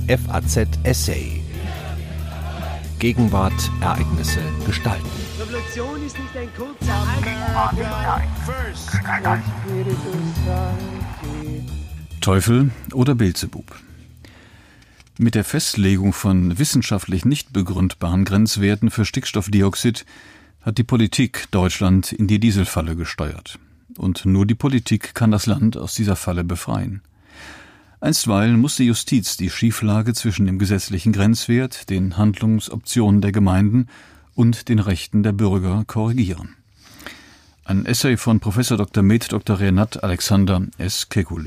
FAZ Essay. Gegenwart, Ereignisse, Gestalten. Revolution ist nicht ein kurzer Teufel oder Beelzebub? Mit der Festlegung von wissenschaftlich nicht begründbaren Grenzwerten für Stickstoffdioxid hat die Politik Deutschland in die Dieselfalle gesteuert. Und nur die Politik kann das Land aus dieser Falle befreien. Einstweilen muss die Justiz die Schieflage zwischen dem gesetzlichen Grenzwert, den Handlungsoptionen der Gemeinden und den Rechten der Bürger korrigieren. Ein Essay von Prof. Dr. med. Dr. Renat Alexander S. Kekulé.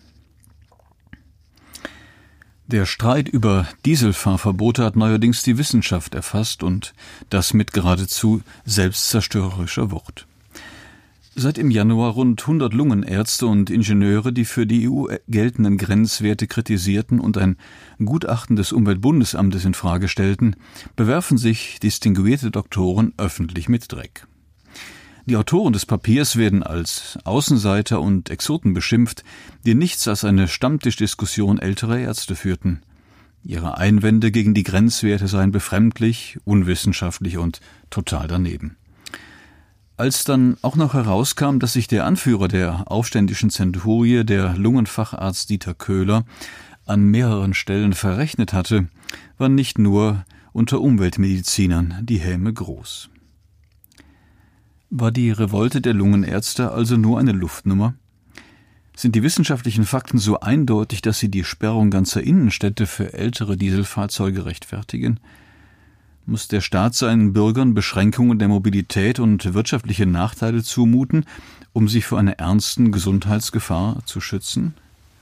Der Streit über Dieselfahrverbote hat neuerdings die Wissenschaft erfasst und das mit geradezu selbstzerstörerischer Wucht. Seit im Januar rund 100 Lungenärzte und Ingenieure die für die EU geltenden Grenzwerte kritisierten und ein Gutachten des Umweltbundesamtes in Frage stellten, bewerfen sich distinguierte Doktoren öffentlich mit Dreck. Die Autoren des Papiers werden als Außenseiter und Exoten beschimpft, die nichts als eine Stammtischdiskussion älterer Ärzte führten. Ihre Einwände gegen die Grenzwerte seien befremdlich, unwissenschaftlich und total daneben. Als dann auch noch herauskam, dass sich der Anführer der aufständischen Zenturie, der Lungenfacharzt Dieter Köhler, an mehreren Stellen verrechnet hatte, war nicht nur unter Umweltmedizinern die Häme groß. War die Revolte der Lungenärzte also nur eine Luftnummer? Sind die wissenschaftlichen Fakten so eindeutig, dass sie die Sperrung ganzer Innenstädte für ältere Dieselfahrzeuge rechtfertigen? Muss der Staat seinen Bürgern Beschränkungen der Mobilität und wirtschaftliche Nachteile zumuten, um sie vor einer ernsten Gesundheitsgefahr zu schützen?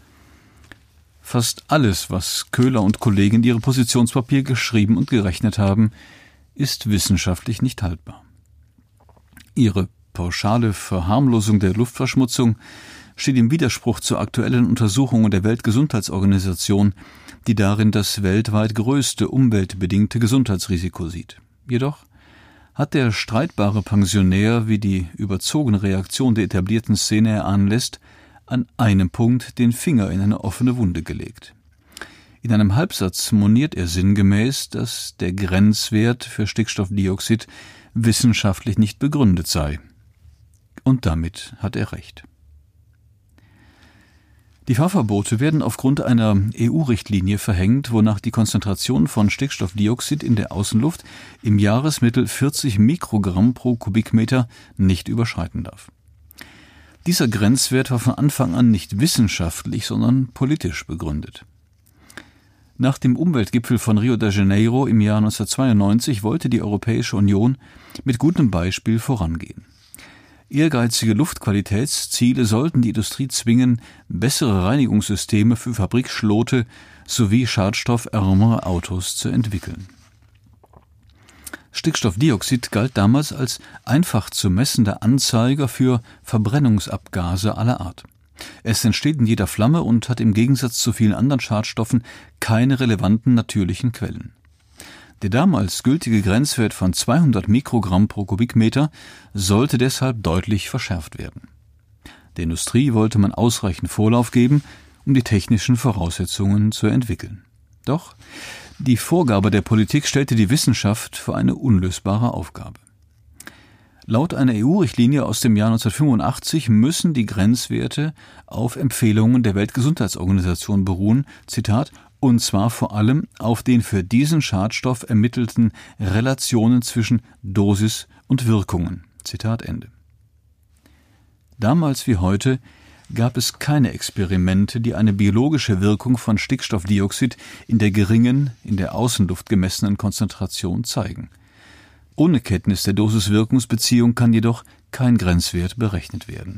Fast alles, was Köhler und Kollegen in ihrem Positionspapier geschrieben und gerechnet haben, ist wissenschaftlich nicht haltbar. Ihre pauschale Verharmlosung der Luftverschmutzung steht im Widerspruch zur aktuellen Untersuchung der Weltgesundheitsorganisation, die darin das weltweit größte umweltbedingte Gesundheitsrisiko sieht. Jedoch hat der streitbare Pensionär, wie die überzogene Reaktion der etablierten Szene erahnen lässt, an einem Punkt den Finger in eine offene Wunde gelegt. In einem Halbsatz moniert er sinngemäß, dass der Grenzwert für Stickstoffdioxid wissenschaftlich nicht begründet sei. Und damit hat er recht. Die Fahrverbote werden aufgrund einer EU-Richtlinie verhängt, wonach die Konzentration von Stickstoffdioxid in der Außenluft im Jahresmittel 40 Mikrogramm pro Kubikmeter nicht überschreiten darf. Dieser Grenzwert war von Anfang an nicht wissenschaftlich, sondern politisch begründet. Nach dem Umweltgipfel von Rio de Janeiro im Jahr 1992 wollte die Europäische Union mit gutem Beispiel vorangehen. Ehrgeizige Luftqualitätsziele sollten die Industrie zwingen, bessere Reinigungssysteme für Fabrikschlote sowie schadstoffärmere Autos zu entwickeln. Stickstoffdioxid galt damals als einfach zu messender Anzeiger für Verbrennungsabgase aller Art. Es entsteht in jeder Flamme und hat im Gegensatz zu vielen anderen Schadstoffen keine relevanten natürlichen Quellen. Der damals gültige Grenzwert von 200 Mikrogramm pro Kubikmeter sollte deshalb deutlich verschärft werden. Der Industrie wollte man ausreichend Vorlauf geben, um die technischen Voraussetzungen zu entwickeln. Doch die Vorgabe der Politik stellte die Wissenschaft vor eine unlösbare Aufgabe. Laut einer EU-Richtlinie aus dem Jahr 1985 müssen die Grenzwerte auf Empfehlungen der Weltgesundheitsorganisation beruhen, Zitat, und zwar vor allem auf den für diesen Schadstoff ermittelten Relationen zwischen Dosis und Wirkungen. Zitat Ende. Damals wie heute gab es keine Experimente, die eine biologische Wirkung von Stickstoffdioxid in der geringen, in der Außenluft gemessenen Konzentration zeigen. Ohne Kenntnis der Dosis-Wirkungsbeziehung kann jedoch kein Grenzwert berechnet werden.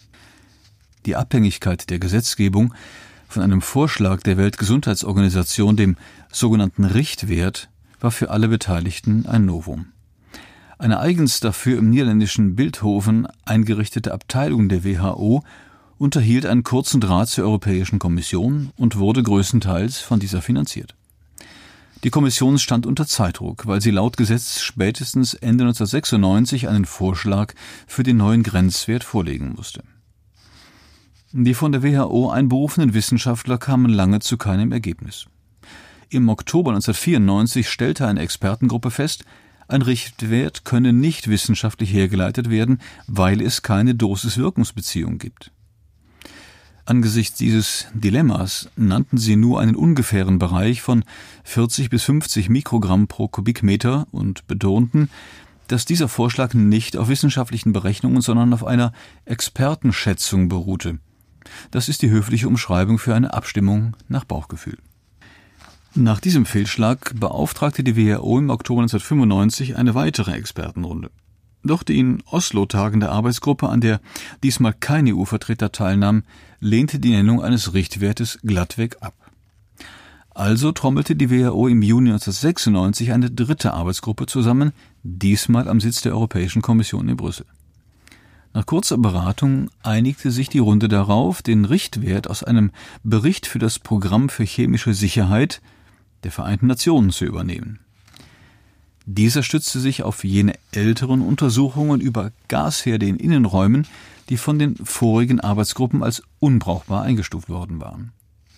Die Abhängigkeit der Gesetzgebung von einem Vorschlag der Weltgesundheitsorganisation, dem sogenannten Richtwert, war für alle Beteiligten ein Novum. Eine eigens dafür im niederländischen Bilthoven eingerichtete Abteilung der WHO unterhielt einen kurzen Draht zur Europäischen Kommission und wurde größtenteils von dieser finanziert. Die Kommission stand unter Zeitdruck, weil sie laut Gesetz spätestens Ende 1996 einen Vorschlag für den neuen Grenzwert vorlegen musste. Die von der WHO einberufenen Wissenschaftler kamen lange zu keinem Ergebnis. Im Oktober 1994 stellte eine Expertengruppe fest, ein Richtwert könne nicht wissenschaftlich hergeleitet werden, weil es keine Dosis-Wirkungsbeziehung gibt. Angesichts dieses Dilemmas nannten sie nur einen ungefähren Bereich von 40 bis 50 Mikrogramm pro Kubikmeter und betonten, dass dieser Vorschlag nicht auf wissenschaftlichen Berechnungen, sondern auf einer Expertenschätzung beruhte. Das ist die höfliche Umschreibung für eine Abstimmung nach Bauchgefühl. Nach diesem Fehlschlag beauftragte die WHO im Oktober 1995 eine weitere Expertenrunde. Doch die in Oslo tagende Arbeitsgruppe, an der diesmal kein EU-Vertreter teilnahm, lehnte die Nennung eines Richtwertes glattweg ab. Also trommelte die WHO im Juni 1996 eine dritte Arbeitsgruppe zusammen, diesmal am Sitz der Europäischen Kommission in Brüssel. Nach kurzer Beratung einigte sich die Runde darauf, den Richtwert aus einem Bericht für das Programm für chemische Sicherheit der Vereinten Nationen zu übernehmen. Dieser stützte sich auf jene älteren Untersuchungen über Gasherde in Innenräumen, die von den vorigen Arbeitsgruppen als unbrauchbar eingestuft worden waren.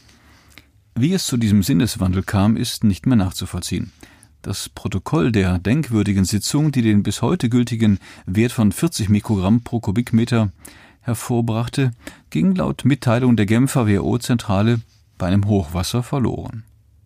Wie es zu diesem Sinneswandel kam, ist nicht mehr nachzuvollziehen. Das Protokoll der denkwürdigen Sitzung, die den bis heute gültigen Wert von 40 Mikrogramm pro Kubikmeter hervorbrachte, ging laut Mitteilung der Genfer WHO-Zentrale bei einem Hochwasser verloren.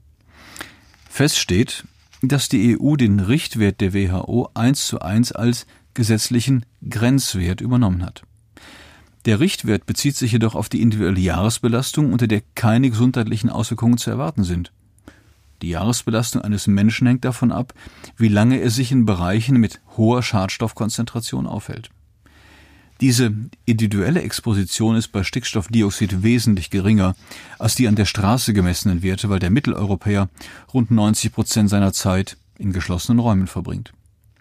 Fest steht, dass die EU den Richtwert der WHO 1:1 als gesetzlichen Grenzwert übernommen hat. Der Richtwert bezieht sich jedoch auf die individuelle Jahresbelastung, unter der keine gesundheitlichen Auswirkungen zu erwarten sind. Die Jahresbelastung eines Menschen hängt davon ab, wie lange er sich in Bereichen mit hoher Schadstoffkonzentration aufhält. Diese individuelle Exposition ist bei Stickstoffdioxid wesentlich geringer als die an der Straße gemessenen Werte, weil der Mitteleuropäer rund 90% seiner Zeit in geschlossenen Räumen verbringt.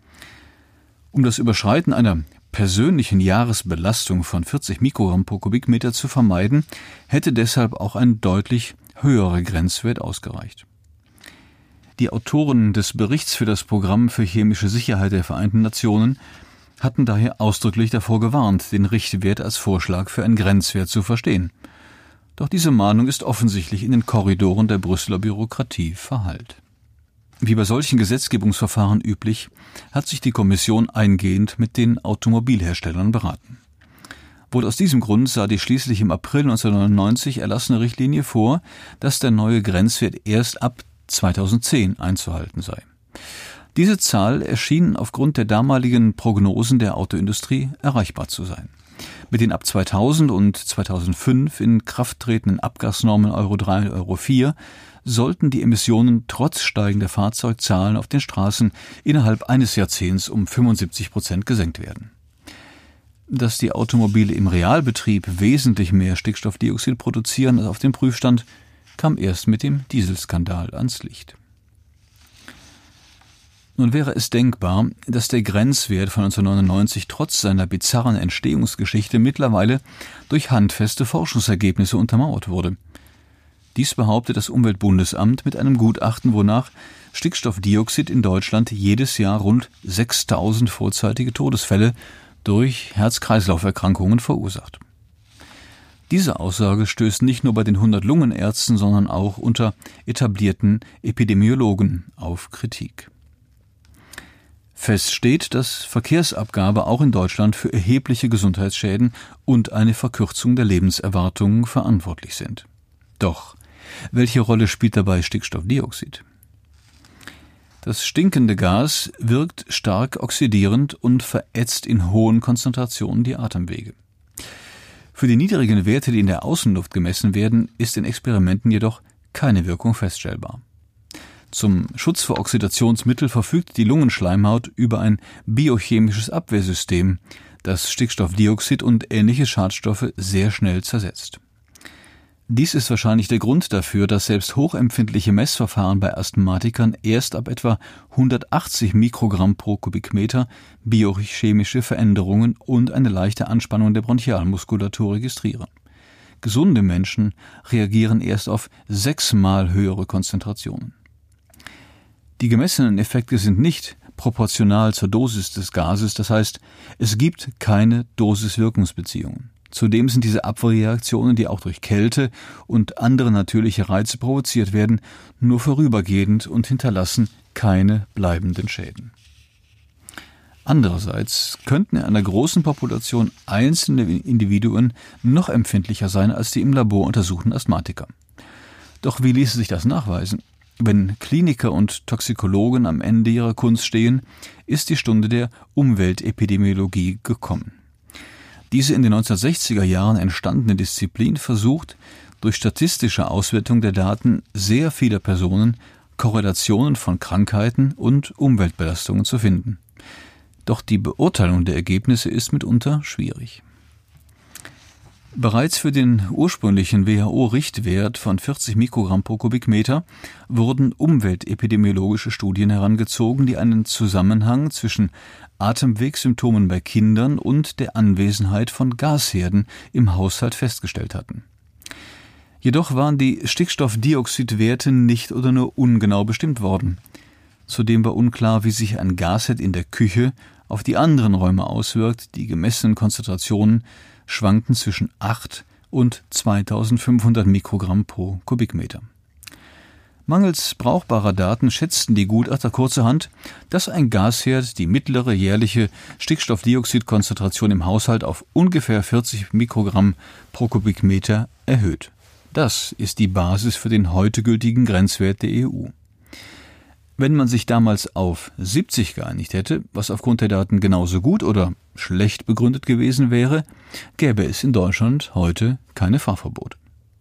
Um das Überschreiten einer persönlichen Jahresbelastung von 40 Mikrogramm pro Kubikmeter zu vermeiden, hätte deshalb auch ein deutlich höherer Grenzwert ausgereicht. Die Autoren des Berichts für das Programm für chemische Sicherheit der Vereinten Nationen hatten daher ausdrücklich davor gewarnt, den Richtwert als Vorschlag für einen Grenzwert zu verstehen. Doch diese Mahnung ist offensichtlich in den Korridoren der Brüsseler Bürokratie verhallt. Wie bei solchen Gesetzgebungsverfahren üblich, hat sich die Kommission eingehend mit den Automobilherstellern beraten. Wohl aus diesem Grund sah die schließlich im April 1999 erlassene Richtlinie vor, dass der neue Grenzwert erst ab 2010 einzuhalten sei. Diese Zahl erschien aufgrund der damaligen Prognosen der Autoindustrie erreichbar zu sein. Mit den ab 2000 und 2005 in Kraft tretenden Abgasnormen Euro 3 und Euro 4 sollten die Emissionen trotz steigender Fahrzeugzahlen auf den Straßen innerhalb eines Jahrzehnts um 75% gesenkt werden. Dass die Automobile im Realbetrieb wesentlich mehr Stickstoffdioxid produzieren als auf dem Prüfstand, kam erst mit dem Dieselskandal ans Licht. Nun wäre es denkbar, dass der Grenzwert von 1999 trotz seiner bizarren Entstehungsgeschichte mittlerweile durch handfeste Forschungsergebnisse untermauert wurde. Dies behauptet das Umweltbundesamt mit einem Gutachten, wonach Stickstoffdioxid in Deutschland jedes Jahr rund 6.000 vorzeitige Todesfälle durch Herz-Kreislauf-Erkrankungen verursacht. Diese Aussage stößt nicht nur bei den 100 Lungenärzten, sondern auch unter etablierten Epidemiologen auf Kritik. Fest steht, dass Verkehrsabgabe auch in Deutschland für erhebliche Gesundheitsschäden und eine Verkürzung der Lebenserwartung verantwortlich sind. Doch, welche Rolle spielt dabei Stickstoffdioxid? Das stinkende Gas wirkt stark oxidierend und verätzt in hohen Konzentrationen die Atemwege. Für die niedrigen Werte, die in der Außenluft gemessen werden, ist in Experimenten jedoch keine Wirkung feststellbar. Zum Schutz vor Oxidationsmittel verfügt die Lungenschleimhaut über ein biochemisches Abwehrsystem, das Stickstoffdioxid und ähnliche Schadstoffe sehr schnell zersetzt. Dies ist wahrscheinlich der Grund dafür, dass selbst hochempfindliche Messverfahren bei Asthmatikern erst ab etwa 180 Mikrogramm pro Kubikmeter biochemische Veränderungen und eine leichte Anspannung der Bronchialmuskulatur registrieren. Gesunde Menschen reagieren erst auf 6-mal höhere Konzentrationen. Die gemessenen Effekte sind nicht proportional zur Dosis des Gases, das heißt, es gibt keine Dosis-Wirkungsbeziehungen. Zudem sind diese Abwehrreaktionen, die auch durch Kälte und andere natürliche Reize provoziert werden, nur vorübergehend und hinterlassen keine bleibenden Schäden. Andererseits könnten in einer großen Population einzelne Individuen noch empfindlicher sein als die im Labor untersuchten Asthmatiker. Doch wie ließe sich das nachweisen? Wenn Kliniker und Toxikologen am Ende ihrer Kunst stehen, ist die Stunde der Umweltepidemiologie gekommen. Diese in den 1960er Jahren entstandene Disziplin versucht, durch statistische Auswertung der Daten sehr vieler Personen Korrelationen von Krankheiten und Umweltbelastungen zu finden. Doch die Beurteilung der Ergebnisse ist mitunter schwierig. Bereits für den ursprünglichen WHO-Richtwert von 40 Mikrogramm pro Kubikmeter wurden umweltepidemiologische Studien herangezogen, die einen Zusammenhang zwischen Atemwegssymptomen bei Kindern und der Anwesenheit von Gasherden im Haushalt festgestellt hatten. Jedoch waren die Stickstoffdioxidwerte nicht oder nur ungenau bestimmt worden. Zudem war unklar, wie sich ein Gasherd in der Küche auf die anderen Räume auswirkt. Die gemessenen Konzentrationen schwankten zwischen 8 und 2500 Mikrogramm pro Kubikmeter. Mangels brauchbarer Daten schätzten die Gutachter kurzerhand, dass ein Gasherd die mittlere jährliche Stickstoffdioxidkonzentration im Haushalt auf ungefähr 40 Mikrogramm pro Kubikmeter erhöht. Das ist die Basis für den heute gültigen Grenzwert der EU. Wenn man sich damals auf 70 geeinigt hätte, was aufgrund der Daten genauso gut oder schlecht begründet gewesen wäre, gäbe es in Deutschland heute keine Fahrverbote.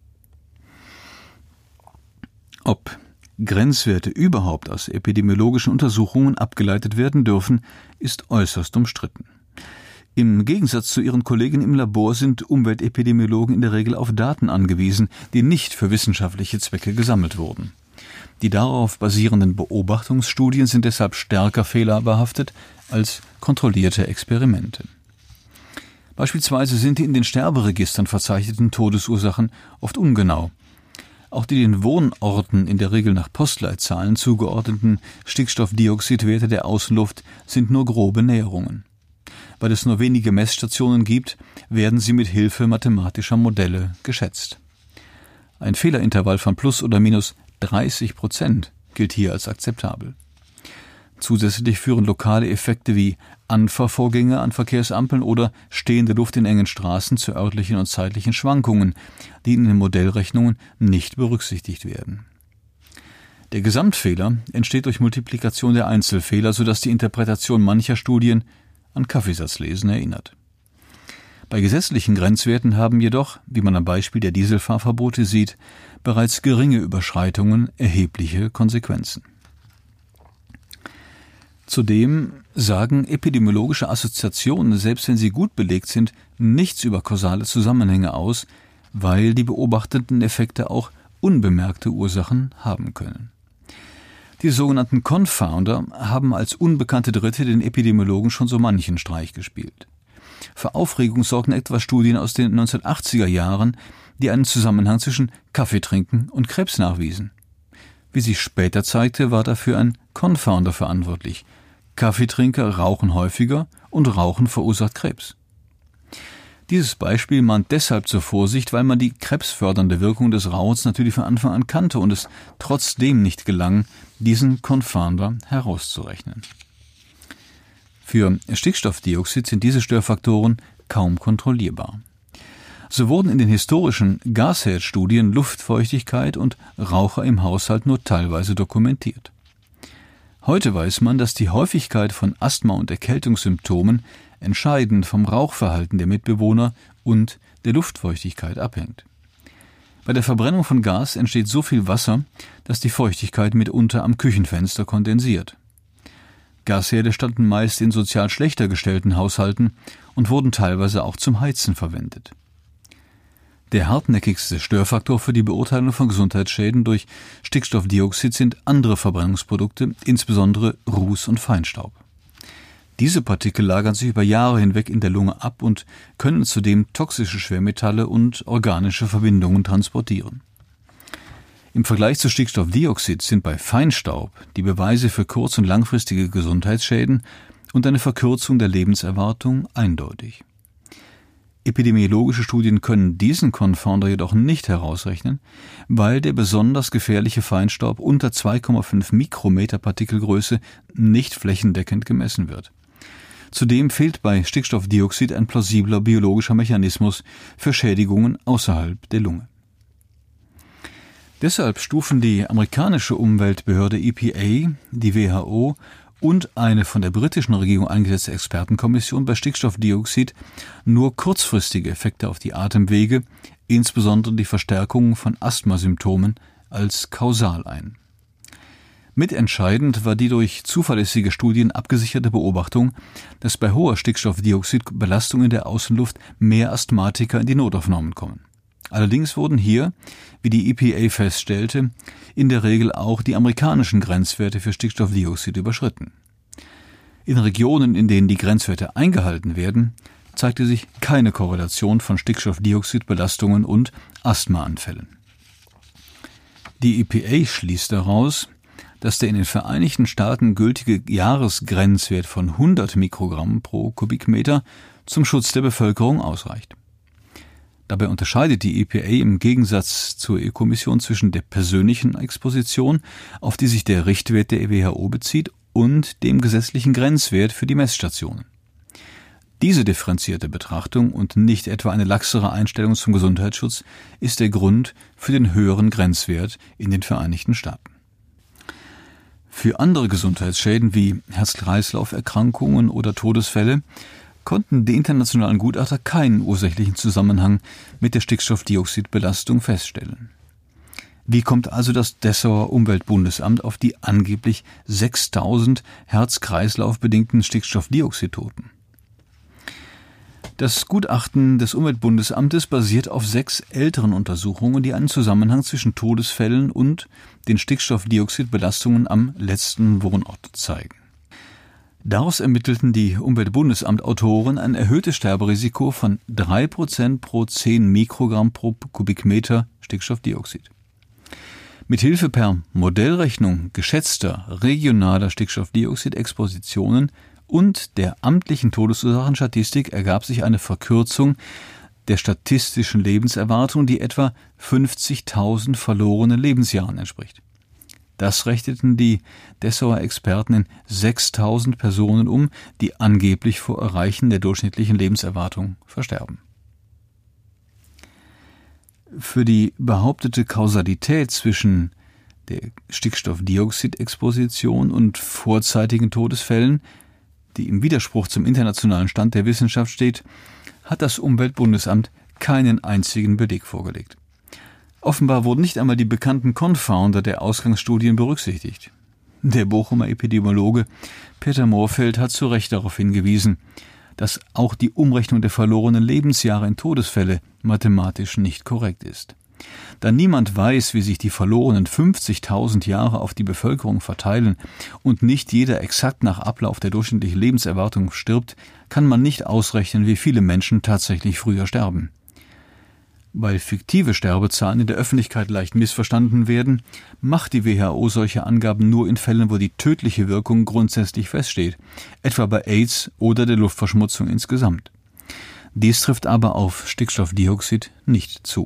Ob Grenzwerte überhaupt aus epidemiologischen Untersuchungen abgeleitet werden dürfen, ist äußerst umstritten. Im Gegensatz zu ihren Kollegen im Labor sind Umweltepidemiologen in der Regel auf Daten angewiesen, die nicht für wissenschaftliche Zwecke gesammelt wurden. Die darauf basierenden Beobachtungsstudien sind deshalb stärker fehlerbehaftet als kontrollierte Experimente. Beispielsweise sind die in den Sterberegistern verzeichneten Todesursachen oft ungenau. Auch die den Wohnorten in der Regel nach Postleitzahlen zugeordneten Stickstoffdioxidwerte der Außenluft sind nur grobe Näherungen. Weil es nur wenige Messstationen gibt, werden sie mit Hilfe mathematischer Modelle geschätzt. Ein Fehlerintervall von plus oder minus 30% gilt hier als akzeptabel. Zusätzlich führen lokale Effekte wie Anfahrvorgänge an Verkehrsampeln oder stehende Luft in engen Straßen zu örtlichen und zeitlichen Schwankungen, die in den Modellrechnungen nicht berücksichtigt werden. Der Gesamtfehler entsteht durch Multiplikation der Einzelfehler, sodass die Interpretation mancher Studien an Kaffeesatzlesen erinnert. Bei gesetzlichen Grenzwerten haben jedoch, wie man am Beispiel der Dieselfahrverbote sieht, bereits geringe Überschreitungen erhebliche Konsequenzen. Zudem sagen epidemiologische Assoziationen, selbst wenn sie gut belegt sind, nichts über kausale Zusammenhänge aus, weil die beobachteten Effekte auch unbemerkte Ursachen haben können. Die sogenannten Confounder haben als unbekannte Dritte den Epidemiologen schon so manchen Streich gespielt. Für Aufregung sorgten etwa Studien aus den 1980er Jahren, die einen Zusammenhang zwischen Kaffeetrinken und Krebs nachwiesen. Wie sich später zeigte, war dafür ein Confounder verantwortlich. Kaffeetrinker rauchen häufiger und Rauchen verursacht Krebs. Dieses Beispiel mahnt deshalb zur Vorsicht, weil man die krebsfördernde Wirkung des Rauchens natürlich von Anfang an kannte und es trotzdem nicht gelang, diesen Confounder herauszurechnen. Für Stickstoffdioxid sind diese Störfaktoren kaum kontrollierbar. So wurden in den historischen Gasherdstudien Luftfeuchtigkeit und Raucher im Haushalt nur teilweise dokumentiert. Heute weiß man, dass die Häufigkeit von Asthma- und Erkältungssymptomen entscheidend vom Rauchverhalten der Mitbewohner und der Luftfeuchtigkeit abhängt. Bei der Verbrennung von Gas entsteht so viel Wasser, dass die Feuchtigkeit mitunter am Küchenfenster kondensiert. Gasherde standen meist in sozial schlechter gestellten Haushalten und wurden teilweise auch zum Heizen verwendet. Der hartnäckigste Störfaktor für die Beurteilung von Gesundheitsschäden durch Stickstoffdioxid sind andere Verbrennungsprodukte, insbesondere Ruß und Feinstaub. Diese Partikel lagern sich über Jahre hinweg in der Lunge ab und können zudem toxische Schwermetalle und organische Verbindungen transportieren. Im Vergleich zu Stickstoffdioxid sind bei Feinstaub die Beweise für kurz- und langfristige Gesundheitsschäden und eine Verkürzung der Lebenserwartung eindeutig. Epidemiologische Studien können diesen Confounder jedoch nicht herausrechnen, weil der besonders gefährliche Feinstaub unter 2,5 Mikrometer Partikelgröße nicht flächendeckend gemessen wird. Zudem fehlt bei Stickstoffdioxid ein plausibler biologischer Mechanismus für Schädigungen außerhalb der Lunge. Deshalb stufen die amerikanische Umweltbehörde EPA, die WHO und eine von der britischen Regierung eingesetzte Expertenkommission bei Stickstoffdioxid nur kurzfristige Effekte auf die Atemwege, insbesondere die Verstärkung von Asthmasymptomen, als kausal ein. Mitentscheidend war die durch zuverlässige Studien abgesicherte Beobachtung, dass bei hoher Stickstoffdioxidbelastung in der Außenluft mehr Asthmatiker in die Notaufnahmen kommen. Allerdings wurden hier, wie die EPA feststellte, in der Regel auch die amerikanischen Grenzwerte für Stickstoffdioxid überschritten. In Regionen, in denen die Grenzwerte eingehalten werden, zeigte sich keine Korrelation von Stickstoffdioxidbelastungen und Asthmaanfällen. Die EPA schließt daraus, dass der in den Vereinigten Staaten gültige Jahresgrenzwert von 100 Mikrogramm pro Kubikmeter zum Schutz der Bevölkerung ausreicht. Dabei unterscheidet die EPA im Gegensatz zur EU-Kommission zwischen der persönlichen Exposition, auf die sich der Richtwert der WHO bezieht, und dem gesetzlichen Grenzwert für die Messstationen. Diese differenzierte Betrachtung und nicht etwa eine laxere Einstellung zum Gesundheitsschutz ist der Grund für den höheren Grenzwert in den Vereinigten Staaten. Für andere Gesundheitsschäden wie Herz-Kreislauf-Erkrankungen oder Todesfälle konnten die internationalen Gutachter keinen ursächlichen Zusammenhang mit der Stickstoffdioxidbelastung feststellen. Wie kommt also das Dessauer Umweltbundesamt auf die angeblich 6.000 Herz-Kreislauf-bedingten Stickstoffdioxidtoten? Das Gutachten des Umweltbundesamtes basiert auf 6 älteren Untersuchungen, die einen Zusammenhang zwischen Todesfällen und den Stickstoffdioxidbelastungen am letzten Wohnort zeigen. Daraus ermittelten die Umweltbundesamt-Autoren ein erhöhtes Sterberisiko von 3% pro 10 Mikrogramm pro Kubikmeter Stickstoffdioxid. Mithilfe per Modellrechnung geschätzter regionaler Stickstoffdioxidexpositionen und der amtlichen Todesursachenstatistik ergab sich eine Verkürzung der statistischen Lebenserwartung, die etwa 50.000 verlorenen Lebensjahren entspricht. Das rechneten die Dessauer Experten in 6.000 Personen um, die angeblich vor Erreichen der durchschnittlichen Lebenserwartung versterben. Für die behauptete Kausalität zwischen der Stickstoffdioxidexposition und vorzeitigen Todesfällen, die im Widerspruch zum internationalen Stand der Wissenschaft steht, hat das Umweltbundesamt keinen einzigen Beleg vorgelegt. Offenbar wurden nicht einmal die bekannten Confounder der Ausgangsstudien berücksichtigt. Der Bochumer Epidemiologe Peter Moorfeld hat zu Recht darauf hingewiesen, dass auch die Umrechnung der verlorenen Lebensjahre in Todesfälle mathematisch nicht korrekt ist. Da niemand weiß, wie sich die verlorenen 50.000 Jahre auf die Bevölkerung verteilen und nicht jeder exakt nach Ablauf der durchschnittlichen Lebenserwartung stirbt, kann man nicht ausrechnen, wie viele Menschen tatsächlich früher sterben. Weil fiktive Sterbezahlen in der Öffentlichkeit leicht missverstanden werden, macht die WHO solche Angaben nur in Fällen, wo die tödliche Wirkung grundsätzlich feststeht, etwa bei AIDS oder der Luftverschmutzung insgesamt. Dies trifft aber auf Stickstoffdioxid nicht zu.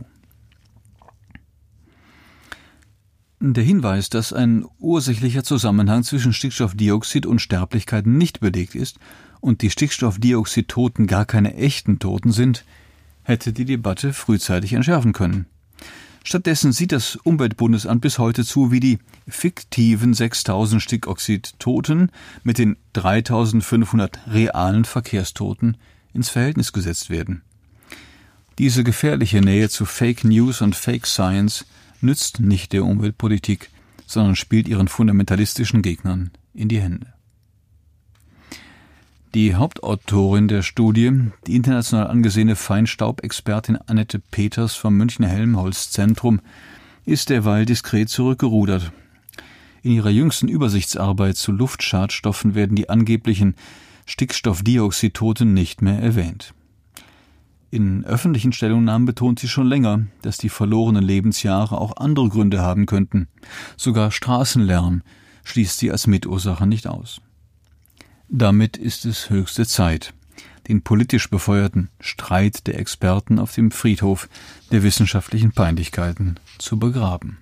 Der Hinweis, dass ein ursächlicher Zusammenhang zwischen Stickstoffdioxid und Sterblichkeit nicht belegt ist und die Stickstoffdioxid-Toten gar keine echten Toten sind, hätte die Debatte frühzeitig entschärfen können. Stattdessen sieht das Umweltbundesamt bis heute zu, wie die fiktiven 6.000 Stickoxid-Toten mit den 3.500 realen Verkehrstoten ins Verhältnis gesetzt werden. Diese gefährliche Nähe zu Fake News und Fake Science nützt nicht der Umweltpolitik, sondern spielt ihren fundamentalistischen Gegnern in die Hände. Die Hauptautorin der Studie, die international angesehene Feinstaubexpertin Annette Peters vom Münchner Helmholtz-Zentrum, ist derweil diskret zurückgerudert. In ihrer jüngsten Übersichtsarbeit zu Luftschadstoffen werden die angeblichen Stickstoffdioxidtoten nicht mehr erwähnt. In öffentlichen Stellungnahmen betont sie schon länger, dass die verlorenen Lebensjahre auch andere Gründe haben könnten. Sogar Straßenlärm schließt sie als Mitursache nicht aus. Damit ist es höchste Zeit, den politisch befeuerten Streit der Experten auf dem Friedhof der wissenschaftlichen Peinlichkeiten zu begraben.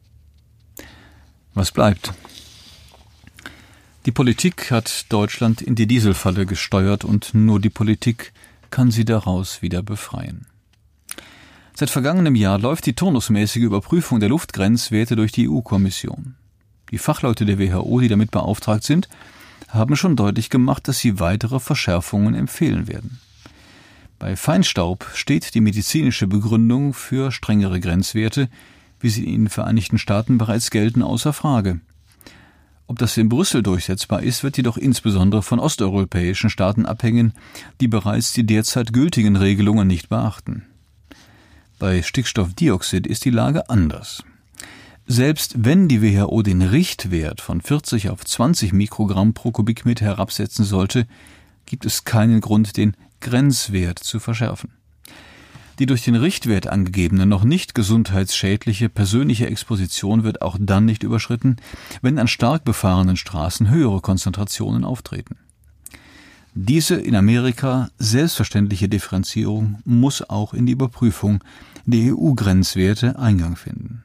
Was bleibt? Die Politik hat Deutschland in die Dieselfalle gesteuert und nur die Politik kann sie daraus wieder befreien. Seit vergangenem Jahr läuft die turnusmäßige Überprüfung der Luftgrenzwerte durch die EU-Kommission. Die Fachleute der WHO, die damit beauftragt sind, haben schon deutlich gemacht, dass sie weitere Verschärfungen empfehlen werden. Bei Feinstaub steht die medizinische Begründung für strengere Grenzwerte, wie sie in den Vereinigten Staaten bereits gelten, außer Frage. Ob das in Brüssel durchsetzbar ist, wird jedoch insbesondere von osteuropäischen Staaten abhängen, die bereits die derzeit gültigen Regelungen nicht beachten. Bei Stickstoffdioxid ist die Lage anders. Selbst wenn die WHO den Richtwert von 40 auf 20 Mikrogramm pro Kubikmeter herabsetzen sollte, gibt es keinen Grund, den Grenzwert zu verschärfen. Die durch den Richtwert angegebene, noch nicht gesundheitsschädliche persönliche Exposition wird auch dann nicht überschritten, wenn an stark befahrenen Straßen höhere Konzentrationen auftreten. Diese in Amerika selbstverständliche Differenzierung muss auch in die Überprüfung der EU-Grenzwerte Eingang finden.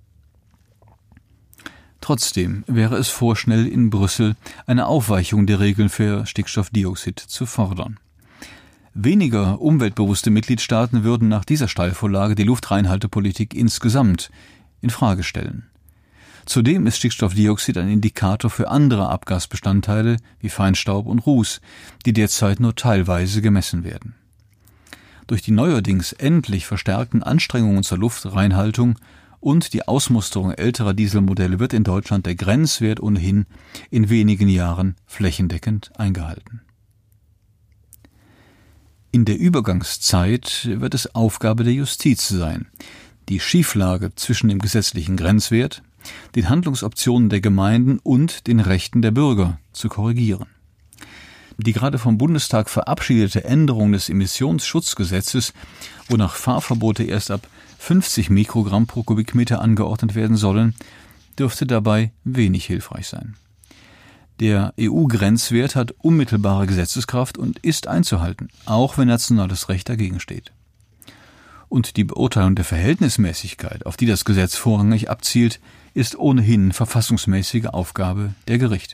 Trotzdem wäre es vorschnell, in Brüssel eine Aufweichung der Regeln für Stickstoffdioxid zu fordern. Weniger umweltbewusste Mitgliedstaaten würden nach dieser Steilvorlage die Luftreinhaltepolitik insgesamt in Frage stellen. Zudem ist Stickstoffdioxid ein Indikator für andere Abgasbestandteile wie Feinstaub und Ruß, die derzeit nur teilweise gemessen werden. Durch die neuerdings endlich verstärkten Anstrengungen zur Luftreinhaltung und die Ausmusterung älterer Dieselmodelle wird in Deutschland der Grenzwert ohnehin in wenigen Jahren flächendeckend eingehalten. In der Übergangszeit wird es Aufgabe der Justiz sein, die Schieflage zwischen dem gesetzlichen Grenzwert, den Handlungsoptionen der Gemeinden und den Rechten der Bürger zu korrigieren. Die gerade vom Bundestag verabschiedete Änderung des Emissionsschutzgesetzes, wonach Fahrverbote erst ab 50 Mikrogramm pro Kubikmeter angeordnet werden sollen, dürfte dabei wenig hilfreich sein. Der EU-Grenzwert hat unmittelbare Gesetzeskraft und ist einzuhalten, auch wenn nationales Recht dagegen steht. Und die Beurteilung der Verhältnismäßigkeit, auf die das Gesetz vorrangig abzielt, ist ohnehin verfassungsmäßige Aufgabe der Gerichte.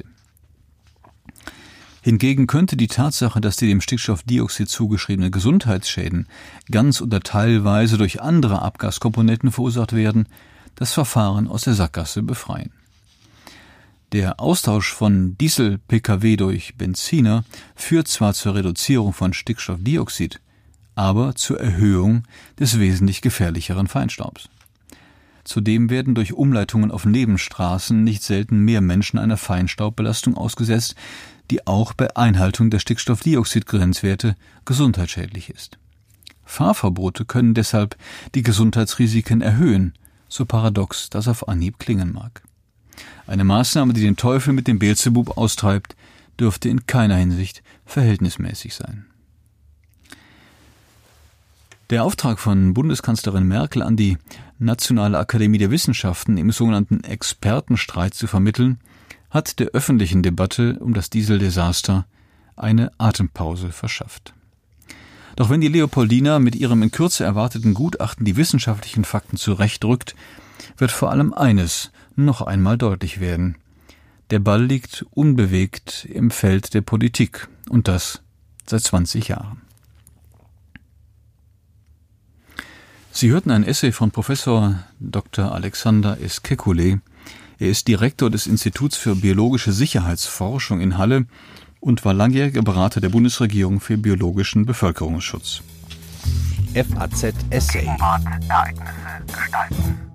Hingegen könnte die Tatsache, dass die dem Stickstoffdioxid zugeschriebenen Gesundheitsschäden ganz oder teilweise durch andere Abgaskomponenten verursacht werden, das Verfahren aus der Sackgasse befreien. Der Austausch von Diesel-Pkw durch Benziner führt zwar zur Reduzierung von Stickstoffdioxid, aber zur Erhöhung des wesentlich gefährlicheren Feinstaubs. Zudem werden durch Umleitungen auf Nebenstraßen nicht selten mehr Menschen einer Feinstaubbelastung ausgesetzt, die auch bei Einhaltung der Stickstoffdioxid-Grenzwerte gesundheitsschädlich ist. Fahrverbote können deshalb die Gesundheitsrisiken erhöhen, so paradox das auf Anhieb klingen mag. Eine Maßnahme, die den Teufel mit dem Beelzebub austreibt, dürfte in keiner Hinsicht verhältnismäßig sein. Der Auftrag von Bundeskanzlerin Merkel an die Nationale Akademie der Wissenschaften im sogenannten Expertenstreit zu vermitteln, hat der öffentlichen Debatte um das Dieseldesaster eine Atempause verschafft. Doch wenn die Leopoldina mit ihrem in Kürze erwarteten Gutachten die wissenschaftlichen Fakten zurechtrückt, wird vor allem eines noch einmal deutlich werden: Der Ball liegt unbewegt im Feld der Politik, und das seit 20 Jahren. Sie hörten ein Essay von Professor Dr. Alexander S. Kekulé. Er ist Direktor des Instituts für biologische Sicherheitsforschung in Halle und war langjähriger Berater der Bundesregierung für biologischen Bevölkerungsschutz. FAZ Essay. Ereignisse gestalten.